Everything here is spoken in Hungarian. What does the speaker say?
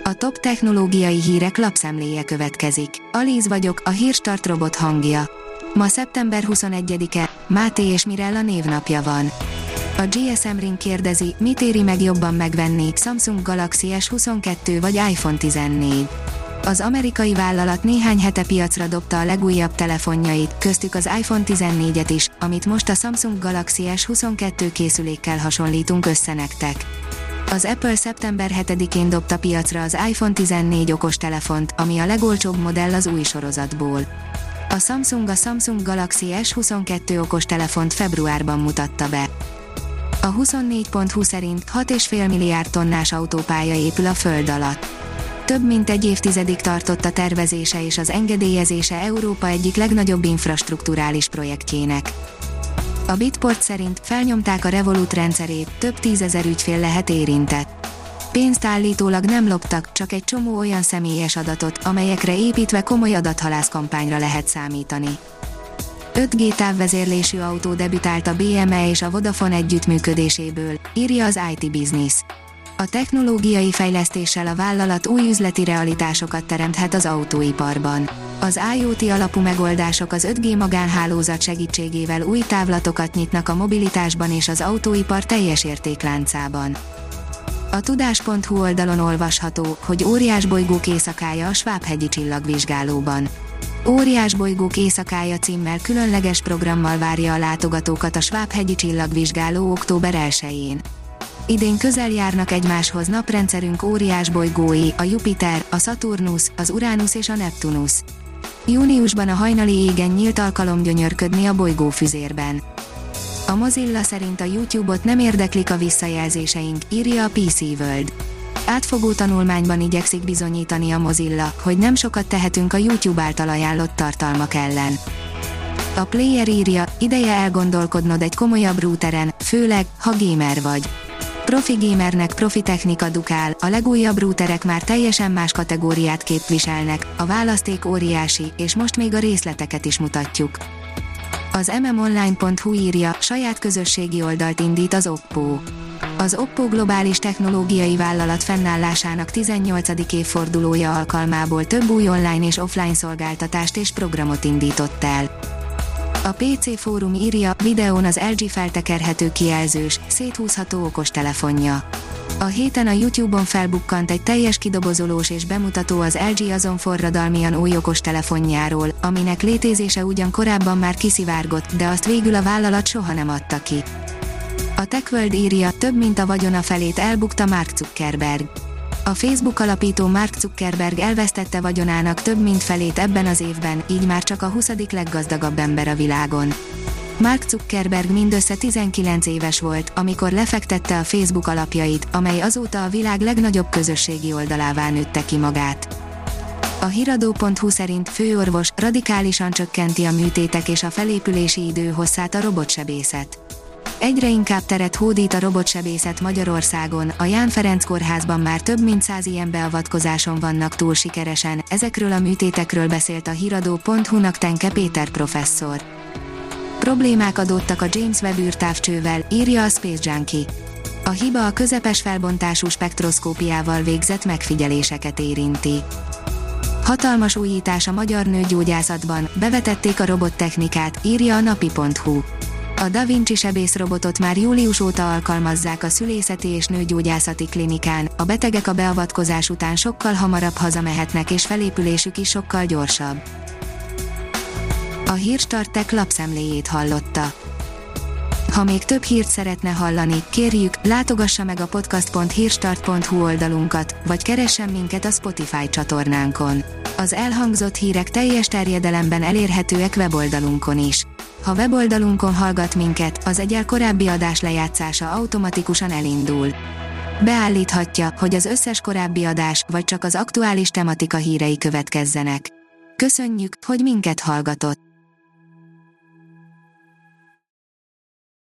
A top technológiai hírek lapszemléje következik. Alíz vagyok, a Hírstart robot hangja. Ma szeptember 21-e, Máté és Mirella névnapja van. A GSM Ring kérdezi, mit éri meg jobban megvenni, Samsung Galaxy S22 vagy iPhone 14. Az amerikai vállalat néhány hete piacra dobta a legújabb telefonjait, köztük az iPhone 14-et is, amit most a Samsung Galaxy S22 készülékkel hasonlítunk össze nektek. Az Apple szeptember 7-én dobta piacra az iPhone 14 okostelefont, ami a legolcsóbb modell az új sorozatból. A Samsung Galaxy S22 okostelefont februárban mutatta be. A 24.20 szerint 6,5 milliárd tonnás autópálya épül a föld alatt. Több mint egy évtizedig tartott a tervezése és az engedélyezése Európa egyik legnagyobb infrastrukturális projektjének. A Bitport szerint felnyomták a Revolut rendszerét, több tízezer ügyfél lehet érintett. Pénzt állítólag nem loptak, csak egy csomó olyan személyes adatot, amelyekre építve komoly adathalászkampányra lehet számítani. 5G távvezérlésű autó debütált a BMW és a Vodafone együttműködéséből, írja az IT Business. A technológiai fejlesztéssel a vállalat új üzleti realitásokat teremthet az autóiparban. Az IoT alapú megoldások az 5G magánhálózat segítségével új távlatokat nyitnak a mobilitásban és az autóipar teljes értékláncában. A tudás.hu oldalon olvasható, hogy óriásbolygók éjszakája a Sváb-hegyi csillagvizsgálóban. Óriásbolygók éjszakája címmel különleges programmal várja a látogatókat a Sváb-hegyi csillagvizsgáló október 1-én. Idén közel járnak egymáshoz naprendszerünk óriásbolygói, a Jupiter, a Szaturnusz, az Uránusz és a Neptunusz. Júniusban a hajnali égen nyílt alkalom gyönyörködni a bolygófüzérben. A Mozilla szerint a YouTube-ot nem érdeklik a visszajelzéseink, írja a PC World. Átfogó tanulmányban igyekszik bizonyítani a Mozilla, hogy nem sokat tehetünk a YouTube által ajánlott tartalmak ellen. A Player írja, ideje elgondolkodnod egy komolyabb routeren, főleg, ha gamer vagy. Profi gamernek profi technika dukál, a legújabb routerek már teljesen más kategóriát képviselnek, a választék óriási, és most még a részleteket is mutatjuk. Az mmonline.hu írja, saját közösségi oldalt indít az Oppo. Az Oppo globális technológiai vállalat fennállásának 18. évfordulója alkalmából több új online és offline szolgáltatást és programot indított el. A PC Fórum írja, videón az LG feltekerhető kijelzős, széthúzható okostelefonja. A héten a YouTube-on felbukkant egy teljes kidobozolós és bemutató az LG azon forradalmian új okostelefonjáról, aminek létezése ugyan korábban már kiszivárgott, de azt végül a vállalat soha nem adta ki. A TechWorld írja, több mint a vagyona felét elbukta Mark Zuckerberg. A Facebook alapító Mark Zuckerberg elvesztette vagyonának több mint felét ebben az évben, így már csak a 20. leggazdagabb ember a világon. Mark Zuckerberg mindössze 19 éves volt, amikor lefektette a Facebook alapjait, amely azóta a világ legnagyobb közösségi oldalává nőtte ki magát. A hiradó.hu szerint főorvos radikálisan csökkenti a műtétek és a felépülési idő hosszát a robotsebészet. Egyre inkább teret hódít a robotsebészet Magyarországon, a Ján Ferenc kórházban már több mint 100 ilyen beavatkozáson vannak túl sikeresen, ezekről a műtétekről beszélt a hiradó.hu-nak Tenke Péter professzor. Problémák adódtak a James Webb űrtávcsővel, írja a Space Junkie. A hiba a közepes felbontású spektroszkópiával végzett megfigyeléseket érinti. Hatalmas újítás a magyar nőgyógyászatban, bevetették a robottechnikát, írja a napi.hu. A Da Vinci sebészrobotot már július óta alkalmazzák a szülészeti és nőgyógyászati klinikán, a betegek a beavatkozás után sokkal hamarabb hazamehetnek és felépülésük is sokkal gyorsabb. A Hírstart Tech lapszemléjét hallotta. Ha még több hírt szeretne hallani, kérjük, látogassa meg a podcast.hírstart.hu oldalunkat, vagy keressen minket a Spotify csatornánkon. Az elhangzott hírek teljes terjedelemben elérhetőek weboldalunkon is. Ha weboldalunkon hallgat minket, az egyel korábbi adás lejátszása automatikusan elindul. Beállíthatja, hogy az összes korábbi adás, vagy csak az aktuális tematika hírei következzenek. Köszönjük, hogy minket hallgatott!